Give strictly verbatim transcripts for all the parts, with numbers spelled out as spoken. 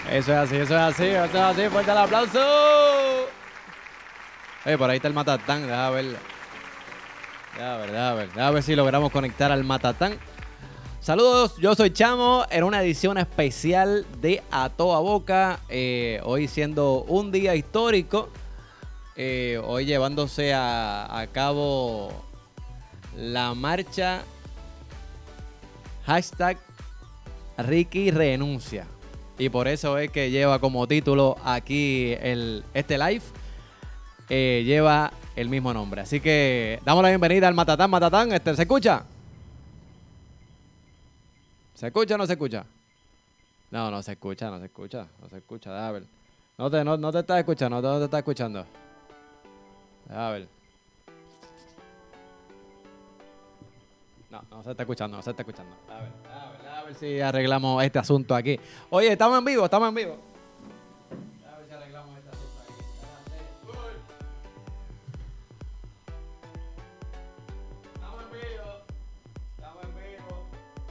Eso es así, eso es así, eso es así. Fuerte el aplauso. Eh, por ahí está el Matatán, déjame ver. Déjame ver, déjame ver. Déjame ver si logramos conectar al Matatán. Saludos, yo soy Chamo en una edición especial de A Toda Boca. Eh, hoy siendo un día histórico. Eh, hoy llevándose a, a cabo la marcha hashtag Ricky renuncia. Y por eso es que lleva como título aquí el, este live. Eh, lleva el mismo nombre. Así que damos la bienvenida al Matatán. Matatán, este, ¿se escucha? ¿Se escucha o no se escucha? No, no se escucha, no se escucha. No se escucha, déjame ver. No te, no, no te estás escuchando, no te estás escuchando. Déjame ver. No, no se está escuchando, no se está escuchando. A ver, a ver, a ver si arreglamos este asunto aquí. Oye, estamos en vivo, estamos en vivo. A ver si arreglamos este asunto aquí. Estamos en vivo. Estamos en vivo.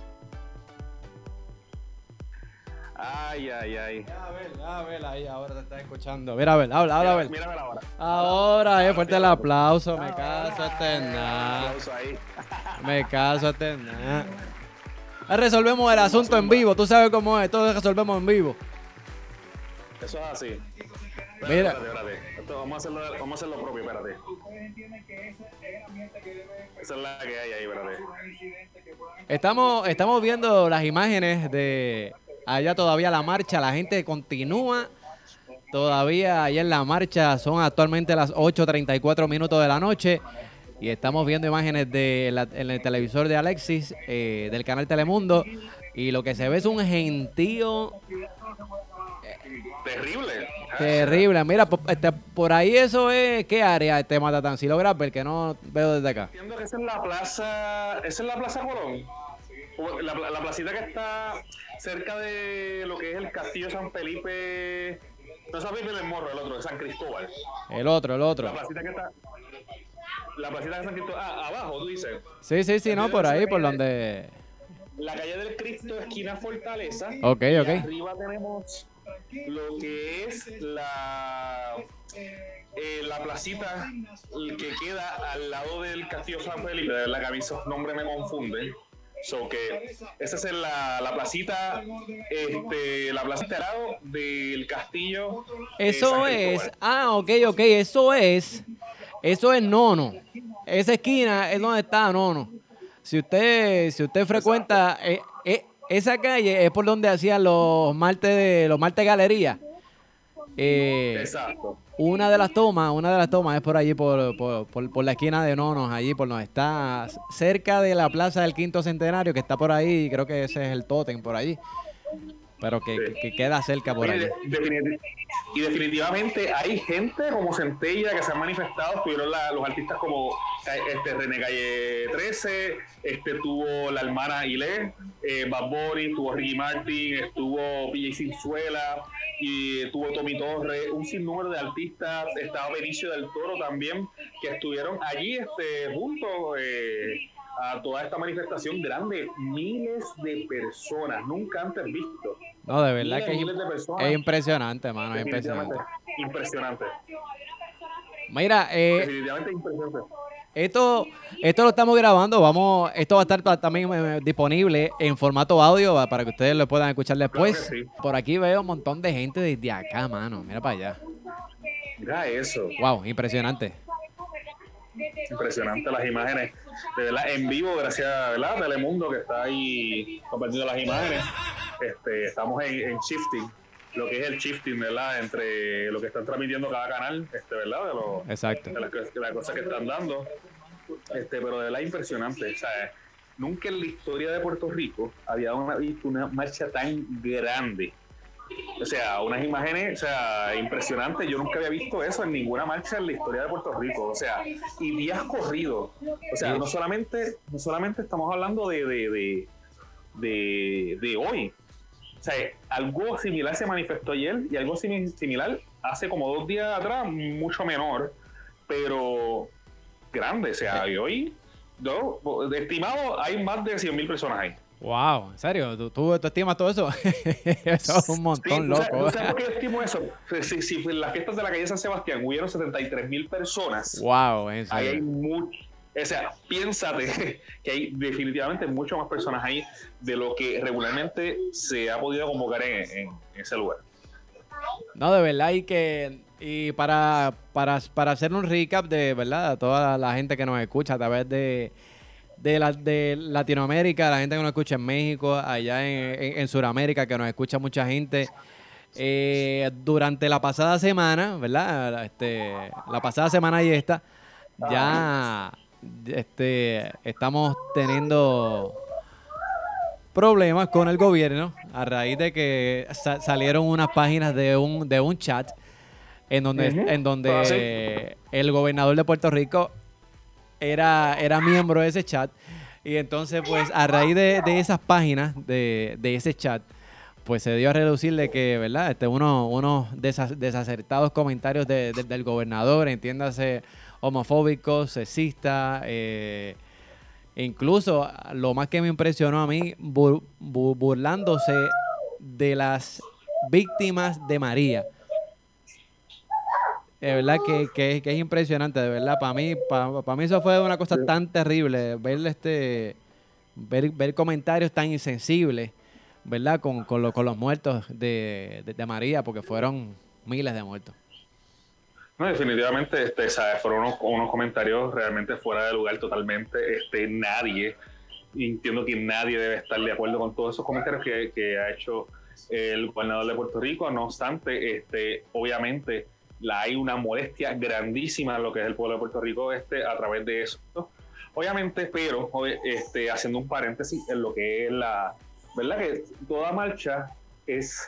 Ay, ay, ay. A ver, a ver, ahí ahora te estás escuchando. Mira, a ver, habla, habla, a ver. Mírame ahora. Ahora, eh, fuerte el aplauso. Me caso este nada. Aplauso ahí. Me caso este nada. Resolvemos el asunto en vivo. Tú sabes cómo es. Todo resolvemos en vivo. Eso es así. Espérate, Mira. Espérate, espérate. Esto, vamos, a hacerlo, vamos a hacer lo propio, espérate. Esa es la que hay ahí, espérate. Estamos, estamos viendo las imágenes de allá todavía la marcha. La gente continúa todavía allá en la marcha. Son actualmente las ocho treinta y cuatro minutos de la noche. Y estamos viendo imágenes de la, en el televisor de Alexis, eh, del canal Telemundo. Y lo que se ve es un gentío Terrible. terrible. Mira, por, este, por ahí eso es... ¿Qué área este Matatán? Si logras ver, que no veo desde acá. Entiendo que esa es la plaza. Esa es la Plaza Colón. O La, la placita que está cerca de lo que es el Castillo San Felipe. No es San Felipe del Morro, el otro, de San Cristóbal. El otro, el otro. La placita que está. La placita de San Cristóbal. Ah, abajo, tú dices. Sí, sí, sí, no, por ahí, por donde... La calle del Cristo, esquina Fortaleza. Ok, y ok. arriba tenemos lo que es la eh, la placita que queda al lado del Castillo San Felipe. De verdad que a mí esos nombres me confunden. So que esa es la, la placita, este, la placita al lado del castillo. de Eso San es... Cristóbal. Ah, ok, ok, eso es... Eso es Nono. Esa esquina es donde está Nono. Si usted, si usted frecuenta eh, eh, esa calle, es por donde hacían los martes de los martes galería. Eh, Exacto. una de las tomas, una de las tomas es por allí, por, por, por, por la esquina de Nonos, allí por donde está, cerca de la Plaza del Quinto Centenario, que está por ahí, creo que ese es el tótem por allí. Pero que, que, que queda cerca por allí. Oye, definitiv- y definitivamente hay gente como Centella que se han manifestado. Estuvieron la- los artistas como eh, este, René Calle trece, este, tuvo la hermana Ile, eh, Bad Bunny, tuvo Ricky Martin, estuvo P J Cinzuela, y tuvo Tommy Torres, un sinnúmero de artistas. Estaba Benicio del Toro también, que estuvieron allí este, junto eh, a toda esta manifestación grande. Miles de personas, nunca antes visto. No, de verdad Miles, que es, miles de personas. es impresionante, hermano, es Definitivamente impresionante. impresionante. Mira, eh, Definitivamente impresionante. Esto, esto lo estamos grabando, vamos, esto va a estar pa- también eh, disponible en formato audio va, para que ustedes lo puedan escuchar después. Claro que sí. Por aquí veo un montón de gente desde acá, mano. Mira para allá. Mira eso. Wow, impresionante. Impresionante las imágenes. De verdad, en vivo, gracias ¿verdad? a Telemundo que está ahí compartiendo las imágenes. Este, estamos en, en shifting, lo que es el shifting, ¿verdad? Entre lo que están transmitiendo cada canal, este, ¿verdad? De, lo, Exacto. de las de las cosas que están dando. Este, pero de verdad impresionante. O sea, nunca en la historia de Puerto Rico había una, visto una marcha tan grande. O sea, unas imágenes, o sea, impresionantes. Yo nunca había visto eso en ninguna marcha en la historia de Puerto Rico. O sea, y días corridos. O sea, no solamente, no solamente estamos hablando de, de, de, de, de hoy. O sea, algo similar se manifestó ayer y algo sim- similar hace como dos días atrás, mucho menor, pero grande. O sea, y hoy, no, de estimado, hay más de cien mil personas ahí. Wow, ¿en serio? ¿Tú, tú, tú estimas todo eso? Eso es un montón, sí, loco. ¿tú sabes, ¿tú sabes por qué yo estimo eso? Si, si en las fiestas de la calle San Sebastián hubieron setenta y tres mil personas, wow, en serio. ahí hay mucho. O sea, piénsate que hay definitivamente muchas más personas ahí de lo que regularmente se ha podido convocar en, en, en ese lugar. No, de verdad, y que y para, para, para hacer un recap de verdad a toda la gente que nos escucha a través de de, la, de Latinoamérica, la gente que nos escucha en México, allá en, en, en Sudamérica, que nos escucha mucha gente. Eh, durante la pasada semana, ¿verdad? Este, la pasada semana y esta, ya este, estamos teniendo problemas con el gobierno a raíz de que sa- salieron unas páginas de un, de un chat en donde, Uh-huh. en donde el gobernador de Puerto Rico era, era miembro de ese chat. Y entonces, pues, a raíz de, de esas páginas, de, de ese chat, pues se dio a relucir de que, ¿verdad? Este, uno, unos desas- desacertados comentarios de- de- del gobernador, entiéndase, homofóbicos, sexistas, eh, e incluso lo más que me impresionó a mí, bur- bu- burlándose de las víctimas de María. De verdad que, que, que es impresionante, de verdad. Para mí, para mí eso fue una cosa tan terrible, ver este, ver, ver comentarios tan insensibles, ¿verdad? Con, con, lo- con los muertos de, de, de María, porque fueron miles de muertos. No, definitivamente, este, ¿sabes? Fueron unos, unos comentarios realmente fuera de lugar totalmente. Este, nadie, entiendo que nadie debe estar de acuerdo con todos esos comentarios que, que ha hecho el gobernador de Puerto Rico. No obstante, este, obviamente la, hay una molestia grandísima en lo que es el pueblo de Puerto Rico este, a través de eso. Obviamente, pero este, haciendo un paréntesis en lo que es la, ¿verdad? Que toda marcha es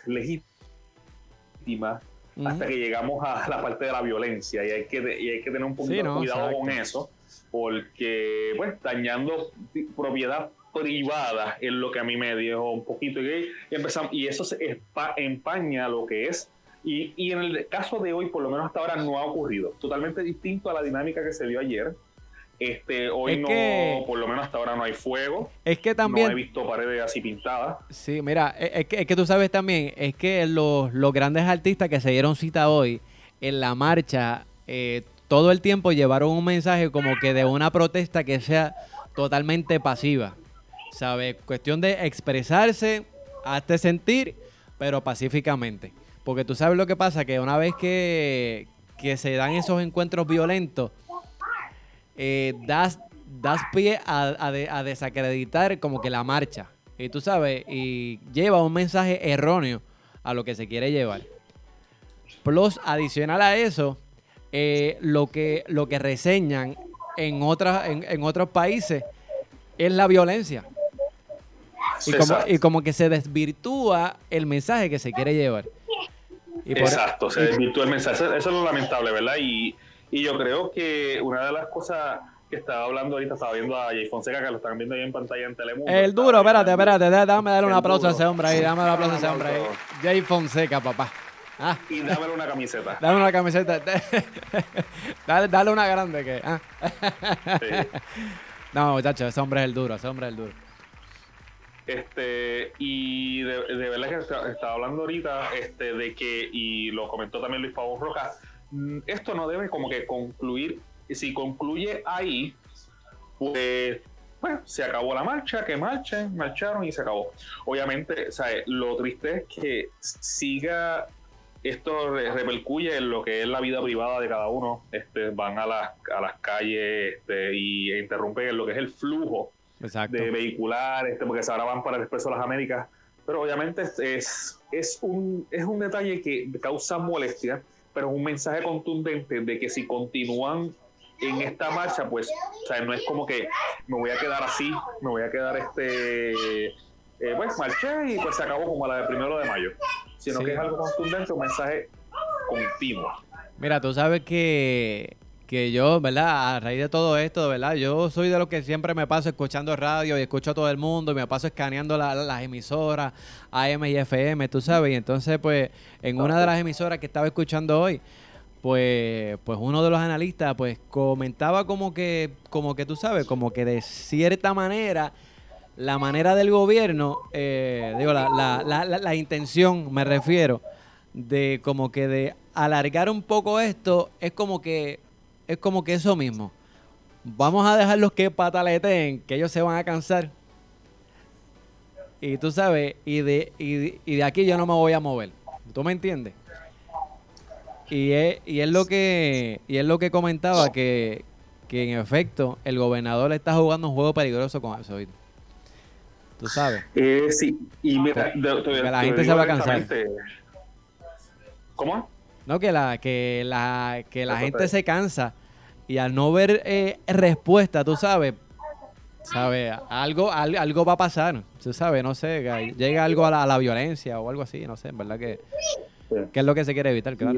legítima uh-huh. hasta que llegamos a la parte de la violencia y hay que, y hay que tener un poquito sí, no, de cuidado exacto. con eso, porque pues dañando propiedad privada es lo que a mí me dio un poquito y, y, empezamos, y eso se empaña lo que es. Y, y en el caso de hoy, por lo menos hasta ahora, no ha ocurrido. Totalmente distinto a la dinámica que se dio ayer. Este, hoy es no, que, por lo menos hasta ahora no hay fuego. Es que también... No he visto paredes así pintadas. Sí, mira, es que, es que tú sabes también, es que los, los grandes artistas que se dieron cita hoy en la marcha, eh, todo el tiempo llevaron un mensaje como que de una protesta que sea totalmente pasiva. ¿Sabes? Cuestión de expresarse, hazte sentir, pero pacíficamente. Porque tú sabes lo que pasa, que una vez que, que se dan esos encuentros violentos, eh, das, das pie a, a, de, a desacreditar como que la marcha. Y tú sabes, y lleva un mensaje erróneo a lo que se quiere llevar. Plus, adicional a eso, eh, lo, que, lo que reseñan en, otras, en, en otros países es la violencia. Y como, y como que se desvirtúa el mensaje que se quiere llevar. Y por, Exacto, se desvirtuó el mensaje. Eso, eso es lo lamentable, ¿verdad? Y, y yo creo que una de las cosas que estaba hablando ahorita, estaba viendo a Jay Fonseca, que lo están viendo ahí en pantalla en Telemundo. El duro, espérate, espérate, déjame darle un aplauso a ese hombre ahí, dame un aplauso a ese hombre ahí. Jay Fonseca, papá. Ah. Y dámele una camiseta. Dame una camiseta. dale, dale una grande que. Ah. Sí. No, muchachos, ese hombre es el duro, ese hombre es el duro. Este, y de, de verdad que estaba hablando ahorita este, de que, y lo comentó también Luis Pavón Roca, esto no debe como que concluir, si concluye ahí, pues, bueno, se acabó la marcha, que marchen, marcharon y se acabó. Obviamente, ¿sabes? Lo triste es que siga, esto repercuye en lo que es la vida privada de cada uno, este, van a las, a las calles este, y interrumpen en lo que es el flujo. Exacto. De vehicular, este, porque ahora van para el Expreso de las Américas, pero obviamente es, es, un, es un detalle que causa molestia, pero es un mensaje contundente de que si continúan en esta marcha, pues, o sea, no es como que me voy a quedar así, me voy a quedar este, eh, pues marché y pues se acabó como la del primero de mayo, sino sí. que es algo contundente, un mensaje continuo. Mira, tú sabes que que yo, ¿verdad? A raíz de todo esto, ¿verdad? Yo soy de los que siempre me paso escuchando radio y escucho a todo el mundo y me paso escaneando la, las emisoras A M y F M, tú sabes. Y entonces, pues, en una de las emisoras que estaba escuchando hoy, pues, pues uno de los analistas, pues, comentaba como que, como que tú sabes, como que de cierta manera la manera del gobierno, eh, digo, la, la, la, la, la intención, me refiero, de como que de alargar un poco esto, es como que es como que eso mismo. Vamos a dejarlos que pataleteen, que ellos se van a cansar. Y tú sabes, y de, y, y de aquí yo no me voy a mover. ¿Tú me entiendes? Y es, y es lo que y es lo que comentaba, que, que en efecto el gobernador está jugando un juego peligroso con eso. ¿Viste? Tú sabes. Eh, sí, y mira, que, de, de, que la te gente digo se va a cansar. ¿Cómo? No, que la, que la, que la gente se cansa y al no ver eh, respuesta, tú sabes, sabes, algo, algo, algo va a pasar, tú sabes, no sé, que llega algo a la, a la violencia o algo así, no sé, en verdad que, sí. que es lo que se quiere evitar, claro.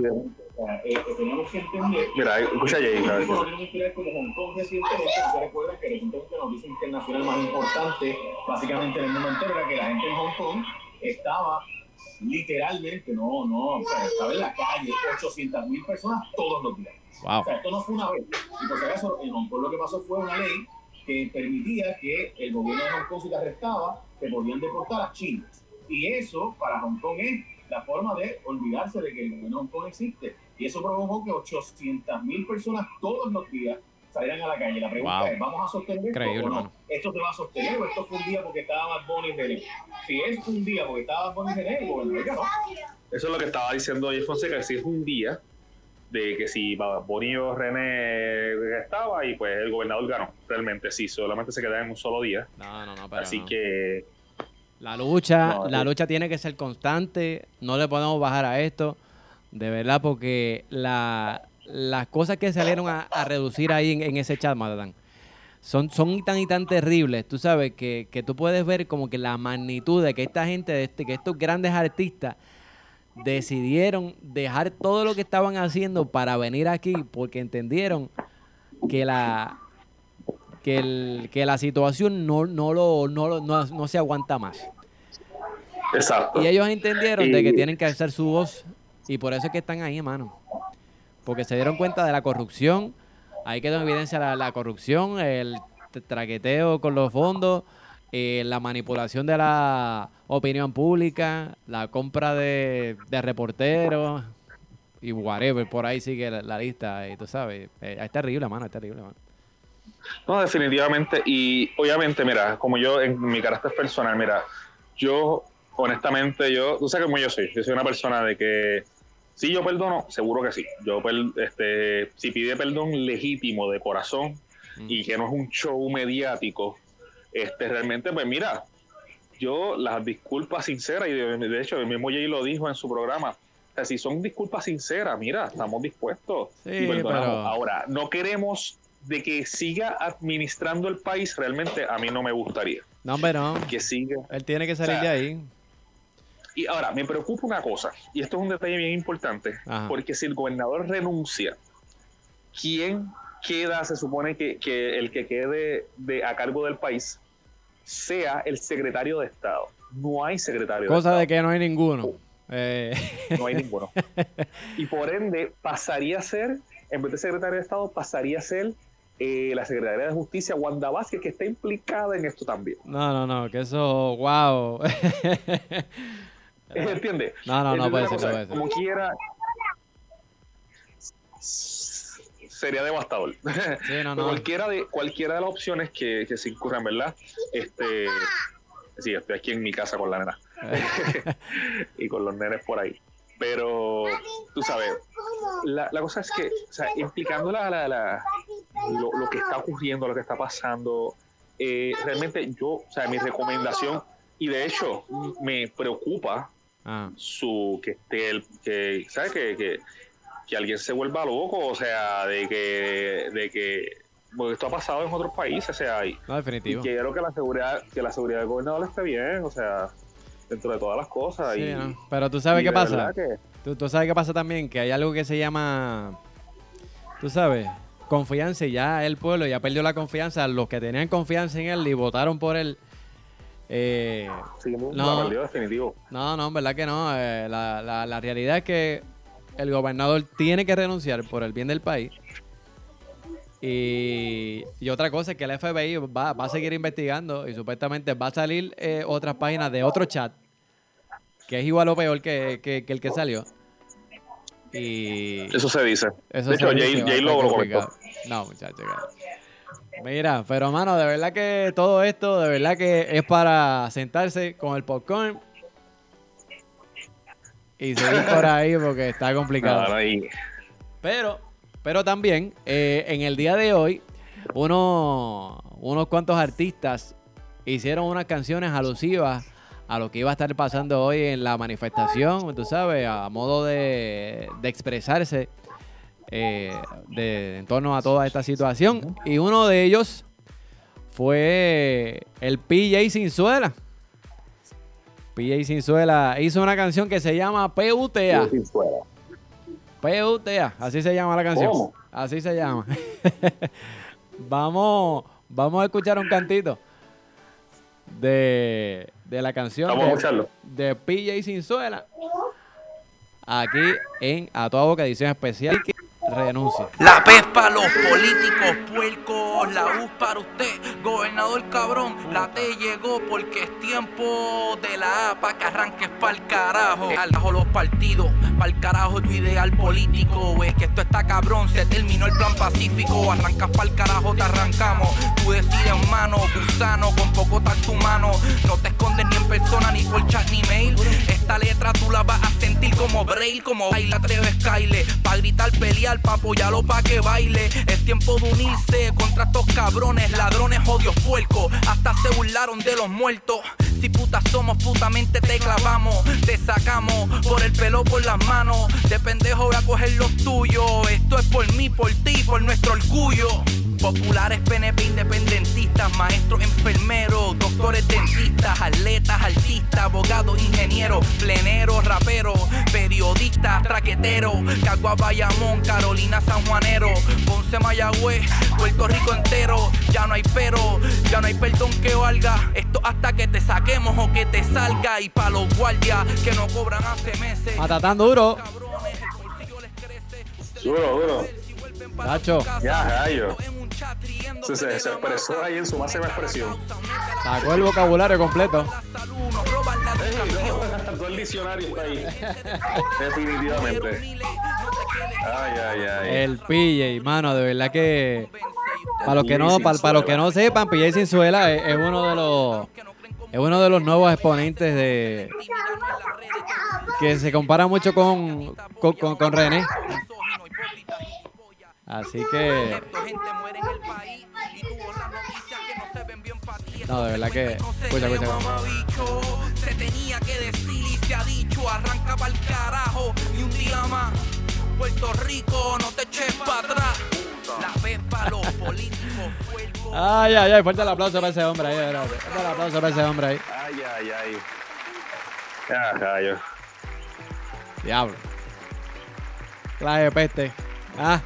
Mira, escucha Jay, claro. Como Hong Kong recientemente, se recuerda que recientemente la noticia internacional más importante, básicamente en el mundo entero, era que la gente en Hong Kong estaba literalmente, no, no, o sea, estaba en la calle, ochocientas mil personas todos los días. Wow. O sea, esto no fue una vez. Y por si acaso, en Hong Kong lo que pasó fue una ley que permitía que el gobierno de Hong Kong, si te arrestaba, te podían deportar a China. Y eso, para Hong Kong, es la forma de olvidarse de que el gobierno de Hong Kong existe. Y eso provocó que ochocientas mil personas todos los días salieran a la calle. La pregunta wow. es, ¿vamos a sostener esto Increíble, o no? Mano. ¿Esto se va a sostener o esto fue un día porque estaba Bad Bunny y René? Si es un día porque estaba Bad Bunny y René, bueno, ya no. Eso es lo que estaba diciendo Jay Fonseca, que si es un día de que si Bad Bunny o René estaba y pues el gobernador ganó. Realmente sí, solamente se queda en un solo día. No, no, no, pero Así no. que... La lucha, no, la sí. lucha tiene que ser constante, no le podemos bajar a esto, de verdad, porque la, las cosas que salieron a, a reducir ahí en, en ese chat, Matatán, son, son tan y tan terribles, tú sabes, que, que tú puedes ver como que la magnitud de que esta gente, de este, que estos grandes artistas decidieron dejar todo lo que estaban haciendo para venir aquí porque entendieron que la... Que, el, que la situación no, no, lo, no, no, no se aguanta más. Exacto. Y ellos entendieron y... de que tienen que alzar su voz y por eso es que están ahí, hermano. Porque se dieron cuenta de la corrupción. Ahí quedó en evidencia la, la corrupción, el traqueteo con los fondos, eh, la manipulación de la opinión pública, la compra de, de reporteros y whatever. Por ahí sigue la, la lista. Y tú sabes, eh, es terrible, hermano, es terrible, hermano. No, definitivamente. Y obviamente, mira, como yo en mi carácter personal, mira, yo honestamente, yo, tú sabes cómo yo soy. Yo soy una persona de que si yo perdono, seguro que sí. Yo, este, si pide perdón legítimo de corazón mm. y que no es un show mediático, este, realmente, pues mira, yo las disculpas sinceras, y de, de hecho, el mismo Jay lo dijo en su programa, o sea, si son disculpas sinceras, mira, estamos dispuestos sí, y perdonamos. Pero... Ahora, no queremos de que siga administrando el país, realmente a mí no me gustaría. No, hombre, no. Que siga. Él tiene que salir o sea, de ahí. Y ahora, me preocupa una cosa, y esto es un detalle bien importante, Ajá. porque si el gobernador renuncia, ¿quién queda? Se supone que, que el que quede de, a cargo del país sea el secretario de Estado. No hay secretario Cosa de Estado. de que no hay ninguno. Eh. No hay ninguno. Y por ende, pasaría a ser, en vez de secretario de Estado, pasaría a ser Eh, la Secretaría de Justicia, Wanda Vázquez, que está implicada en esto también. No, no, no, que eso, wow. ¿Entiendes? No, no, no puede ser, cosa, no puede ser. Como quiera, sería devastador. Sí, no, no. Cualquiera de, cualquiera de las opciones que, que se incurran, ¿verdad? Este, sí, estoy aquí en mi casa con la nena. Y con los nenes por ahí. Pero, tú sabes, la, la cosa es que, o sea, implicando la, la, la, lo, lo que está ocurriendo, lo que está pasando, eh, realmente yo, o sea, mi recomendación, y de hecho me preocupa ah. su que esté el, que, ¿sabes? Que, que, que alguien se vuelva loco, o sea, de que, de que, porque esto ha pasado en otros países, o sea, y, no, definitivo. Y que quiero que la seguridad, que la seguridad del gobernador esté bien, o sea, dentro de todas las cosas. Sí, y, ¿no? Pero tú sabes qué pasa. Que... ¿Tú, tú sabes qué pasa también, que hay algo que se llama, tú sabes, confianza, y ya el pueblo ya perdió la confianza. Los que tenían confianza en él y votaron por él. Eh, sí, no, no, la perdió definitivo. No, no, en verdad que no. Eh, la, la, la realidad es que el gobernador tiene que renunciar por el bien del país. Y, y otra cosa es que el F B I va, va a seguir investigando y supuestamente va a salir eh, otras páginas de otro chat que es igual o peor que, que, que el que salió. Y eso se dice. Eso de hecho, dice, Jay, Jay lo lo comentó. No, muchachos. Mira, pero mano, de verdad que todo esto, de verdad que es para sentarse con el popcorn y seguir por ahí porque está complicado. No, no, y... Pero, pero también, eh, en el día de hoy, uno, unos cuantos artistas hicieron unas canciones alusivas a lo que iba a estar pasando hoy en la manifestación, tú sabes, a modo de, de expresarse eh, de, en torno a toda esta situación. Y uno de ellos fue el P J Sinzuela. P J Sinzuela hizo una canción que se llama P U T A. P U T A, así se llama la canción. ¿Cómo? Así se llama. vamos, vamos a escuchar un cantito de, de la canción Vamos a de, escucharlo. de P J Sinzuela. Aquí en A Toda Boca, edición especial. Renuncia. La P para los políticos puercos, la U para usted, gobernador cabrón. La T llegó porque es tiempo de la A para que arranques pa'l carajo. Al carajo los partidos, pa'l carajo tu ideal político. Es que esto está cabrón, se terminó el plan pacífico. Arrancas pa'l carajo, te arrancamos. Tú decides, mano, gusano, con poco tacto humano. No te escondes ni en persona, ni por chat, ni mail. Esta letra tú la vas a sentir como Braille, como baila Treves Kyle. Pa' gritar, pelear, pa' apoyarlo, pa' que baile. Es tiempo de unirse contra estos cabrones, ladrones, odios, puercos. Hasta se burlaron de los muertos. Si putas somos, putamente te clavamos. Te sacamos por el pelo, por las manos. De pendejo voy a coger los tuyos. Esto es por mí, por ti, por nuestro orgullo. Populares, P N P, independentistas, maestros, enfermeros, doctores, dentistas, atletas, artistas, abogados, ingenieros, pleneros, raperos, periodistas, traqueteros, Cagua, Bayamón, Carolina, San Juanero, Ponce, Mayagüez, Puerto Rico entero. Ya no hay pero, ya no hay perdón que valga. Esto hasta que te saquemos o que te salga. Y pa' los guardias que no cobran hace meses. Matatán duro. Duro, duro. Nacho. Ya, gallo. Se, se, se expresó ahí en su máxima expresión. Sacó el vocabulario completo. Todo el diccionario está ahí. Definitivamente. Ay, ay, ay. El P J, mano, de verdad que para los que no, para, para los que no sepan, P J Sinzuela es, es uno de los es uno de los nuevos exponentes de que se compara mucho con con, con, con René. Así que no, de verdad que escucha, escucha. Se tenía que decir y se ha dicho, arranca pa'l carajo y un día más. Puerto Rico, no te eches para atrás. La vez para los políticos puercos. Ay, ay, ay, fuerte el aplauso para ese hombre ahí, ¿verdad? Fuerte el aplauso para ese hombre ahí. Ay, ay, ay. Ya, gallo. Diablo. Clase de peste. Ah.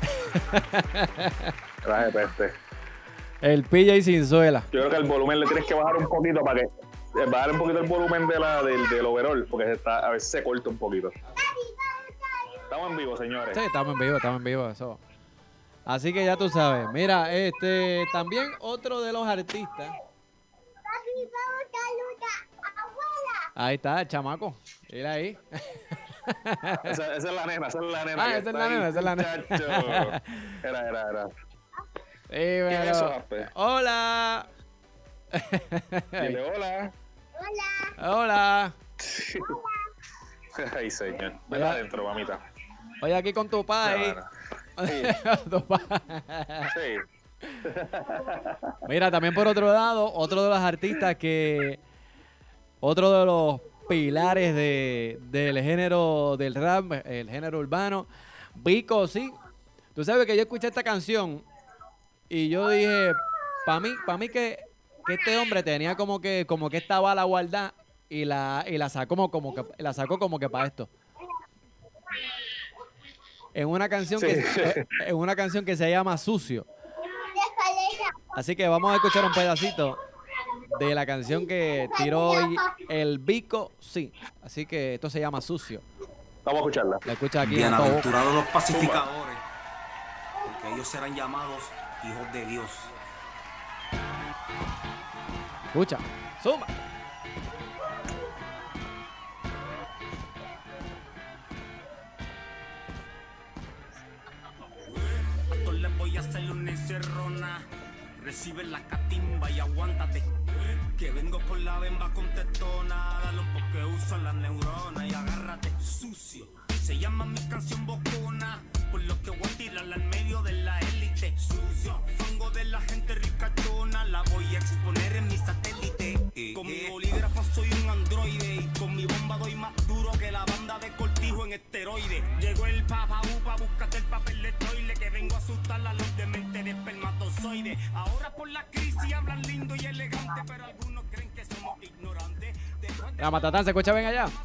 Traje peste. El P J Sinzuela. Yo creo que el volumen le tienes que bajar un poquito para que bajar un poquito el volumen de la, del, del overall, porque está, a veces se corta un poquito. Estamos en vivo, señores. Sí, estamos en vivo, estamos en vivo, eso. Así que ya tú sabes. Mira, este, también otro de los artistas. Ahí está, el chamaco. Mira ahí. Esa, esa es la nena, esa es la nena. Ah, esa es la nena, esa es la nena. Era, era, era. Sí, ¿Qué pero... es eso, Aspe? Hola. Dile hola. Hola. Hola. Ay, señor. Ven adentro, mamita. Oye, aquí con tu pai. Sí. Tu pai. Sí. Mira, también por otro lado, otro de los artistas que... Otro de los pilares de, del género del rap, el género urbano, Vico, sí. Tú sabes que yo escuché esta canción y yo dije, para mí, para mí que, que este hombre tenía como que, como que esta bala guardada y la, y la sacó como, como que, la sacó como que para esto. En una canción sí. que, en una canción que se llama Sucio. Así que vamos a escuchar un pedacito de la canción que tiró hoy el Vico, sí. Así que esto se llama Sucio. Vamos a escucharla. La escucha aquí. Bienaventurados los pacificadores, porque que ellos serán llamados hijos de Dios. Escucha, suma. A todos les voy a hacer una encerrona. Recibe la catimba y aguántate. Que vengo con la bemba contestona. Dale un poco que uso la neurona y agárrate. Sucio, se llama mi canción bocona. Por lo que voy a tirarla en medio de la élite. Sucio, fango de la gente ricachona. La voy a exponer en mi satélite. Con mi bolígrafo soy un androide. Y con mi bomba doy más duro que la banda de Cortijo en esteroide. Llegó el papa upa, búscate el papel de toile. Que vengo a asustar a los de mente de espermatozoide. Ahora por la crisis hablan lindo y elegante, pero algunos creen que somos ignorantes. La Matatán, ¿se escucha bien allá?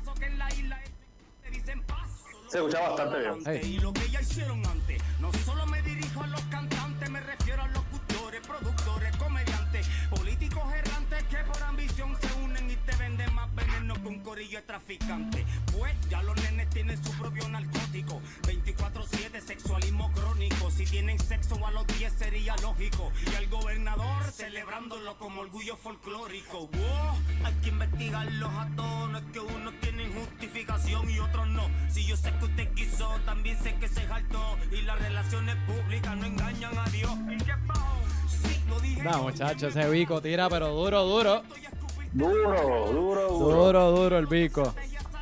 Se escucha bastante bien. Hey. Y lo que ya hicieron antes. No solo me dirijo a los cantantes, me refiero a locutores, productores, comediantes, políticos errantes que por ambición se unen y te venden más veneno que un corillo de traficantes. Pues ya los nenes tienen su propio narcótico. veinticuatro siete, sexualismo crónico. Si tienen sexo a los diez sería lógico. Y el gobernador celebrándolo como orgullo folclórico. Wow, hay que investigarlos a todos. No es que unos tienen justificación y otros no. Si yo sé que usted quiso, también sé que se jaltó. Y las relaciones públicas no engañan a Dios. ¿Y qué pasó? Sí, lo dije. No, muchachos, ese bico tira, pero duro, duro. Duro, duro, duro. Duro, duro el bico.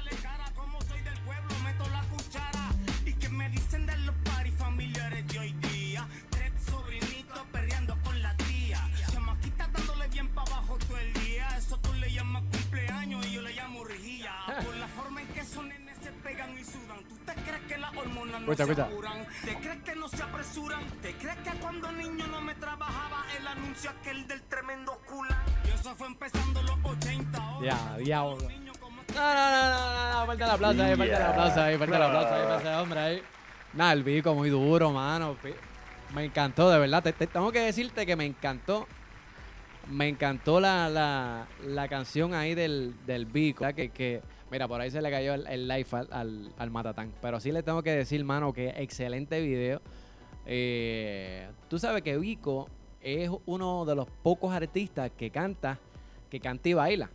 Escucha, escucha. ¿Te crees que no se apresuran? ¿Te crees que cuando niño no me trabajaba el anuncio aquel del tremendo cula? Y eso fue empezando los ochenta. Ya, diablo. No, no, no, no, no, falta el aplauso ahí, falta el aplauso ahí, falta el aplauso ahí para ese hombre ahí. Nada, el bico muy duro, mano. Me encantó, de verdad. Te, te, tengo que decirte que me encantó. Me encantó la, la, la canción ahí del, del bico. Que, que, mira, por ahí se le cayó el, el live al, al, al Matatán. Pero sí le tengo que decir, mano, que excelente video. Eh, tú sabes que Vico es uno de los pocos artistas que canta, que canta y baila.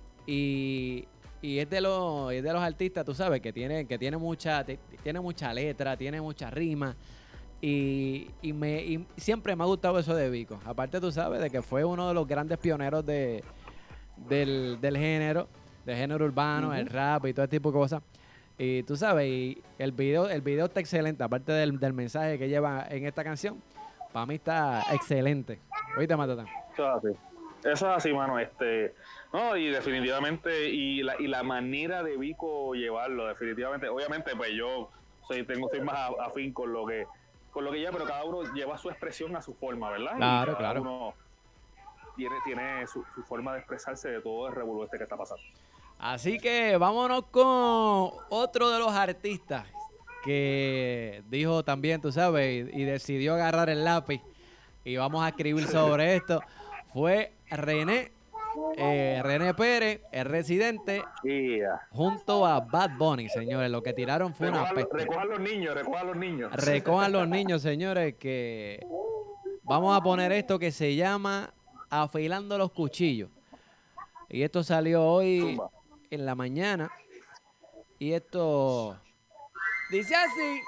Y, y es de los, es de los artistas, tú sabes, que tiene, que tiene mucha, tiene mucha letra, tiene mucha rima. Y, y, me, y siempre me ha gustado eso de Vico. Aparte, tú sabes, de que fue uno de los grandes pioneros de, del, del género, del género urbano, uh-huh. el rap y todo este tipo de cosas. Y tú sabes, y el video, el video está excelente. Aparte del, del mensaje que lleva en esta canción, para mí está excelente. ¿Oíste, Matatán? Eso es así. Eso es así, mano. Este, no, y definitivamente, y la, y la manera de Vico llevarlo, definitivamente. Obviamente, pues yo soy, tengo, soy más afín con lo que con lo que ya, pero cada uno lleva su expresión a su forma, ¿verdad? Claro, y cada claro. uno tiene, tiene su, su forma de expresarse de todo el revuelo este que está pasando. Así que vámonos con otro de los artistas que dijo también, tú sabes, y, y decidió agarrar el lápiz y vamos a escribir sobre esto. Fue René, eh, René Pérez, el Residente, yeah. junto a Bad Bunny, señores. Lo que tiraron fue recojan, una peste. Recojan los niños, recojan los niños. Recojan los niños, señores, que vamos a poner esto que se llama Afilando los Cuchillos. Y esto salió hoy Zumba. en la mañana. Y esto dice así.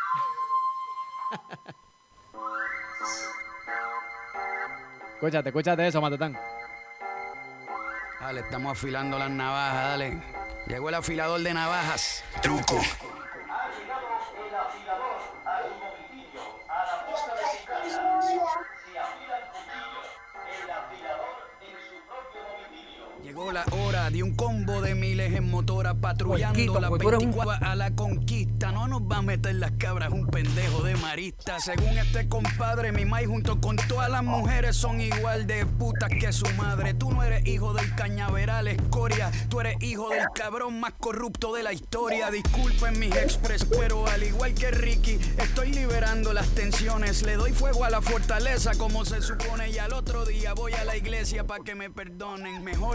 Escúchate, escúchate eso, Matatán. Dale, estamos afilando las navajas, dale. Llegó el afilador de navajas. Truco. Ha llegado el afilador al domicilio, a la puerta de su casa. Se afilan cuchillos, el afilador en su propio domicilio. Llegó la hora de un combo de miles en motora patrullando la veinticuatro a la conquista. No nos va a meter las cabras un pendejo de marista. Según este compadre, mi maíz junto con todas las mujeres son igual de putas que su madre. Tú no eres hijo del cañaveral escoria, tú eres hijo del cabrón más corrupto de la historia. Disculpen mis expres, pero al igual que Ricky, estoy liberando las tensiones. Le doy fuego a la fortaleza como se supone y al otro día voy a la iglesia para que me perdonen. Mejor no quiero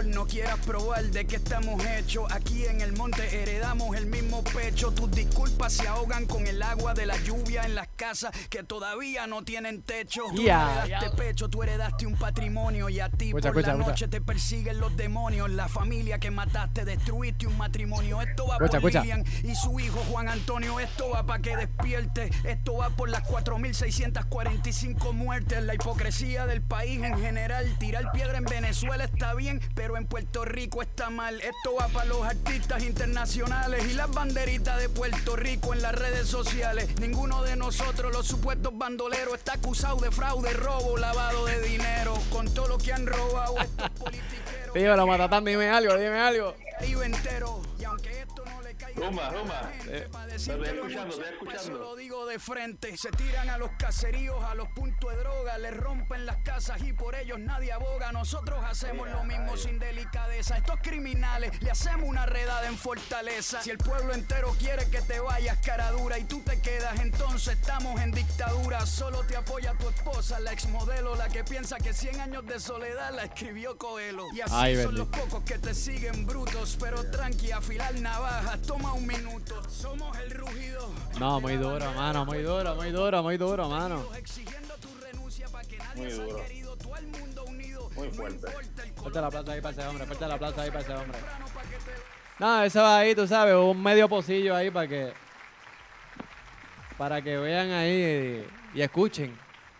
quieras probar de qué estamos hechos. Aquí en el monte heredamos el mismo pecho. Tus disculpas se ahogan con el agua de la lluvia en las casas que todavía no tienen techo. Tú Ya, no heredaste ya. pecho, tú heredaste un patrimonio. Y a ti Escucha, por escucha, la escucha. noche te persiguen los demonios. La familia que mataste, destruiste un matrimonio. Esto va Escucha, por escucha. Lilian y su hijo Juan Antonio. Esto va para que despierte. Esto va por las cuatro mil seiscientas cuarenta y cinco muertes. La hipocresía del país en general. Tirar piedra en Venezuela está bien, pero en Puerto Rico está mal. Esto va para los artistas internacionales y las banderitas de Puerto Rico en las redes sociales. Ninguno de nosotros, los supuestos bandoleros, está acusado de fraude, robo, lavado de dinero. Con todo lo que han robado estos politiqueros. Tío, lo Matatán, dime algo, dime algo. Caribe entero. Y aunque esto no le caiga Rumba, a la rumba. gente, Eh, pa' estoy decírtelo escuchando, mucho, estoy pues escuchando. eso lo digo de frente. Se tiran a los caseríos, a los puntos de droga, les rompen las casas y por ellos nadie aboga. Nosotros hacemos lo mismo sin delicadeza. Estos criminales le hacemos una redada en Fortaleza. Si el pueblo entero quiere que te vayas cara dura y tú te quedas, entonces estamos en dictadura. Solo te apoya tu esposa, la exmodelo, la que piensa que cien años de soledad la escribió Coelho. Y así Ay, son bendito. los pocos que te siguen brutos, pero tranqui, afilar navajas, toma un minuto. Somos el rugido. No, muy duro, mano, muy duro, muy duro, muy duro, mano. Exigiendo tu renuncia para que nadie Muy se duro. haya querido, todo el mundo unido. Muy No fuerte. importa el color, Fuerte el aplauso ahí para ese hombre, fuerte el aplauso ahí para ese hombre. temprano pa' que te- No, eso va ahí, tú sabes, un medio pocillo ahí para que para que vean ahí y, y escuchen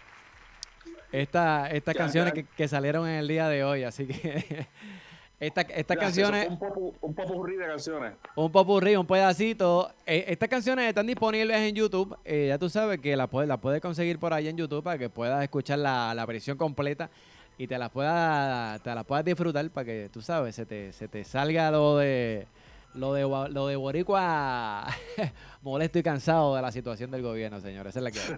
esta, estas Ya, canciones ya. que, que salieron en el día de hoy. Así que esta- estas Gracias, canciones, Un poco, un popurrí de canciones. un popurrí, un pedacito. Eh, estas canciones están disponibles en YouTube. Eh, ya tú sabes que las puedes, las puedes conseguir por ahí en YouTube para que puedas escuchar la, la versión completa y te las puedas, te las puedas disfrutar para que tú sabes, se te, se te salga lo de lo de Gua- lo de Boricua molesto y cansado de la situación del gobierno, señores. Esa es la que hay.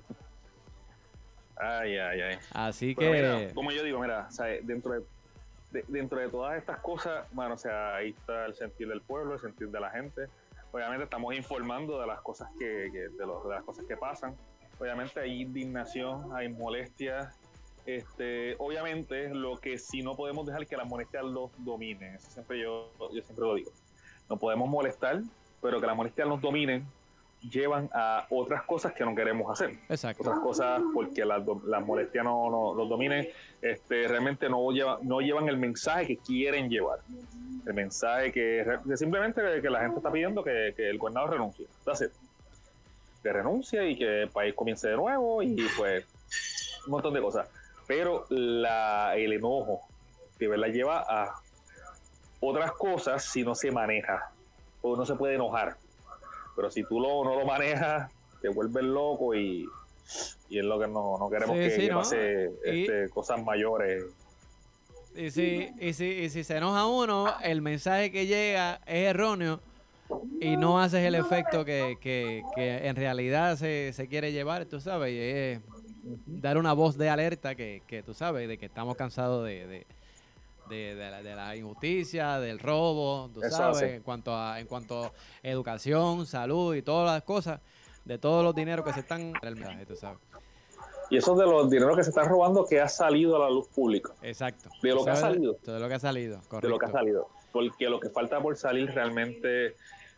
Ay, ay, ay. Así Pero que mira, como yo digo, mira, o sea, dentro de, de- dentro de todas estas cosas, bueno, o sea, ahí está el sentir del pueblo, el sentir de la gente. Obviamente estamos informando de las cosas que, que- de, los- de las cosas que pasan. Obviamente hay indignación, hay molestia. Este, obviamente lo que sí no podemos dejar que las molestias los dominen. Eso siempre yo, yo siempre lo digo. No podemos molestar, pero que las molestias nos dominen llevan a otras cosas que no queremos hacer. exacto. Otras cosas porque las, do- las molestias no, no los dominen, este, realmente no, lleva, no llevan el mensaje que quieren llevar. El mensaje que, re- que simplemente que, que la gente está pidiendo que, que el gobernador renuncie. That's it. Que renuncie y que el país comience de nuevo y pues un montón de cosas. Pero la, el enojo de verdad lleva a otras cosas si no se maneja. O no se puede enojar. Pero si tú lo, no lo manejas, te vuelves loco y, y es lo que no, no queremos Sí, que, sí, que ¿no? pase Y- este, cosas mayores. Y si, y, si, y si se enoja uno, el mensaje que llega es erróneo y no haces el efecto que, que, que en realidad se, se quiere llevar, tú sabes, y es dar una voz de alerta que, que tú sabes, de que estamos cansados de, de, de, de la, de la injusticia, del robo, tú Eso sabes, hace. en cuanto a en cuanto a educación, salud y todas las cosas, de todos los dineros que se están... El mensaje, tú sabes. Y eso de los dineros que se están robando que ha salido a la luz pública. Exacto. De lo Tú que ha sabes, salido. De lo que ha salido, correcto. De lo que ha salido. Porque lo que falta por salir realmente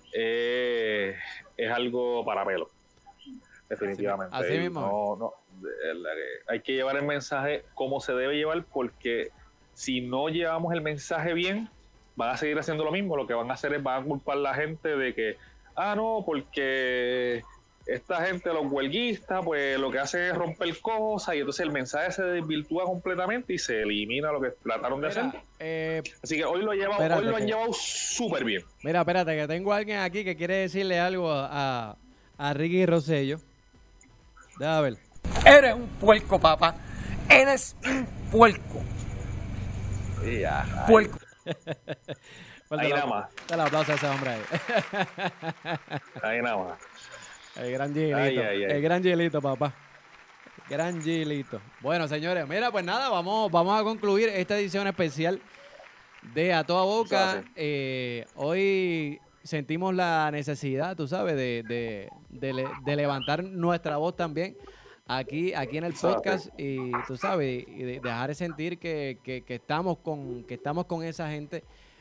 eh, es algo para pelo. Definitivamente. Así Y mismo. No, no, de la que hay que llevar el mensaje como se debe llevar, porque si no llevamos el mensaje bien, van a seguir haciendo lo mismo. Lo que van a hacer es van a culpar a la gente de que, ah, no, porque esta gente, los huelguistas, pues lo que hacen es romper cosas y entonces el mensaje se desvirtúa completamente y se elimina lo que trataron de Mira, hacer. eh, Así que hoy lo, lleva, espérate hoy lo han que- llevado súper bien. Mira, espérate, que tengo a alguien aquí que quiere decirle algo a, a, a Ricky Rosello. Déjame ver. Eres un puerco, papá. Eres un puerco. Ya, Puerco. Fuerte Ahí la- nada más. Dale aplauso a ese hombre ahí. ahí nada más. El gran Gilito. Ay, ay, ay. El gran Gilito, papá. Gran Gilito. Bueno, señores, mira, pues nada, vamos, vamos a concluir esta edición especial de A Toda Boca. Eso hace. Eh, hoy sentimos la necesidad, tú sabes, de, de, de le- de levantar nuestra voz también aquí, aquí en el Eso hace. podcast y tú sabes, y de- dejar de sentir que, que, que estamos con, que estamos con esa gente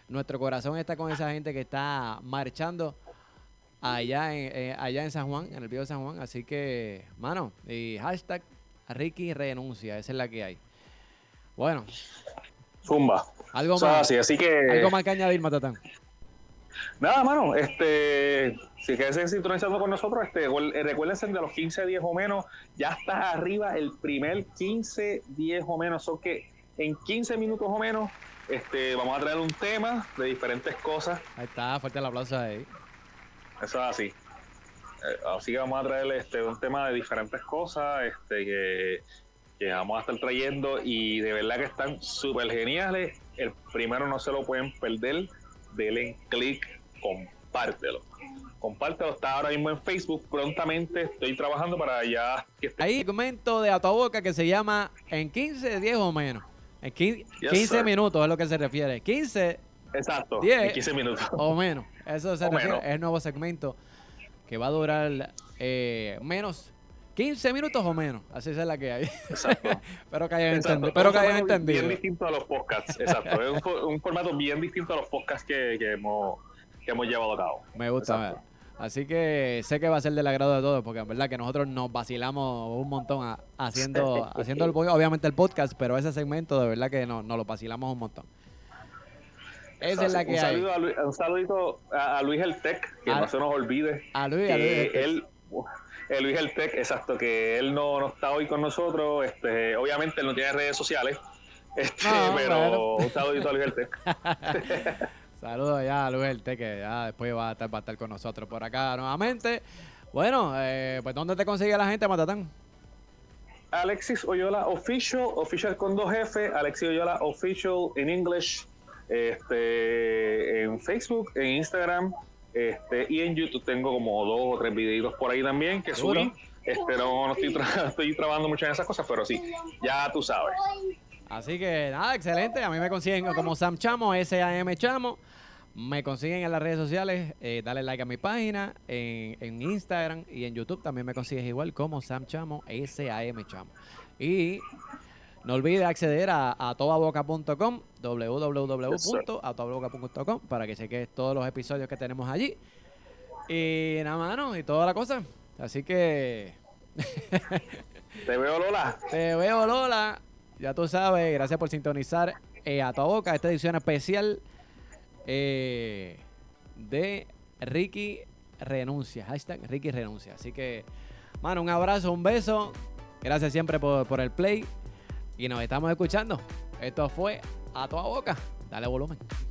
nuestro corazón está con esa gente que está marchando allá en, eh, allá en San Juan, en el viejo San Juan. Así que, mano, y hashtag Ricky renuncia, esa es la que hay. Bueno. Zumba. Algo o sea, más. Así, así que... Algo más que añadir, Matatán. Nada, mano, este, si quieres sintonizando con nosotros, este, recuérdense de los quince, diez o menos, ya está arriba el primer quince, diez o menos, son que en quince minutos o menos, este, vamos a traer un tema de diferentes cosas. Ahí está, fuerte el aplauso ahí. Eso es así. Así que vamos a traer este, un tema de diferentes cosas, este, que, que vamos a estar trayendo y de verdad que están súper geniales. El primero no se lo pueden perder. Denle clic, compártelo. Compártelo, está ahora mismo en Facebook. Prontamente estoy trabajando para ya que esté. Hay un segmento de A Tu Boca que se llama En quince, diez o menos. En quince, Yes, quince sir. minutos es lo que se refiere. quince, Exacto, diez en quince minutos. o menos. Eso se O refiere. menos. Es el nuevo segmento que va a durar eh, menos. quince minutos o menos. Así es la que hay. Exacto. Espero que hayan Exacto. entendido. Espero que Un hayan formato entendido. Bien distinto a los podcasts, exacto. Es un, fo- un formato bien distinto a los podcasts que, que, hemos, que hemos llevado a cabo. Me gusta. Exacto. Así que sé que va a ser del agrado de todos, porque en verdad que nosotros nos vacilamos un montón a- haciendo, haciendo el, obviamente el podcast, pero ese segmento de verdad que nos, nos lo vacilamos un montón. Esa es la que un, hay. saludo a Luis, un saludito a, a Luis el Tech, que A- no se nos olvide. A Luis, que a Luis el Tech. él, el Luis el Tech, exacto, que él no, no está hoy con nosotros. Este, obviamente él no tiene redes sociales, este, No, pero bueno. un saludito a Luis el Tech. Saludos ya a Luis el Tech, que ya después va a estar, va a estar con nosotros por acá nuevamente. Bueno, eh, pues ¿dónde te consigue la gente, Matatán? Alexis Oyola Official, Official con dos F, Alexis Oyola Official en English, este, en Facebook, en Instagram, este, y en YouTube tengo como dos o tres videitos por ahí también que Seguro. subí. Este, no, no estoy, tra- estoy trabajando mucho en esas cosas, pero sí, ya tú sabes. Así que nada, excelente. A mí me consiguen como Sam Chamo, S A M Chamo. Me consiguen en las redes sociales. Eh, dale like a mi página en, en Instagram y en YouTube. También me consigues igual como Sam Chamo, S A M Chamo. Y no olvides acceder a, a tobaboca punto com, w w w punto a tobaboca punto com, para que cheques todos los episodios que tenemos allí. Y nada, mano, y toda la cosa. Así que Te veo, Lola. te veo, Lola. Ya tú sabes, gracias por sintonizar eh, a tu boca, esta edición especial eh, de Ricky Renuncia. Hashtag Ricky Renuncia. Así que, mano, un abrazo, un beso. Gracias siempre por, por el play. Y nos estamos escuchando. Esto fue A Tu Boca. Dale volumen.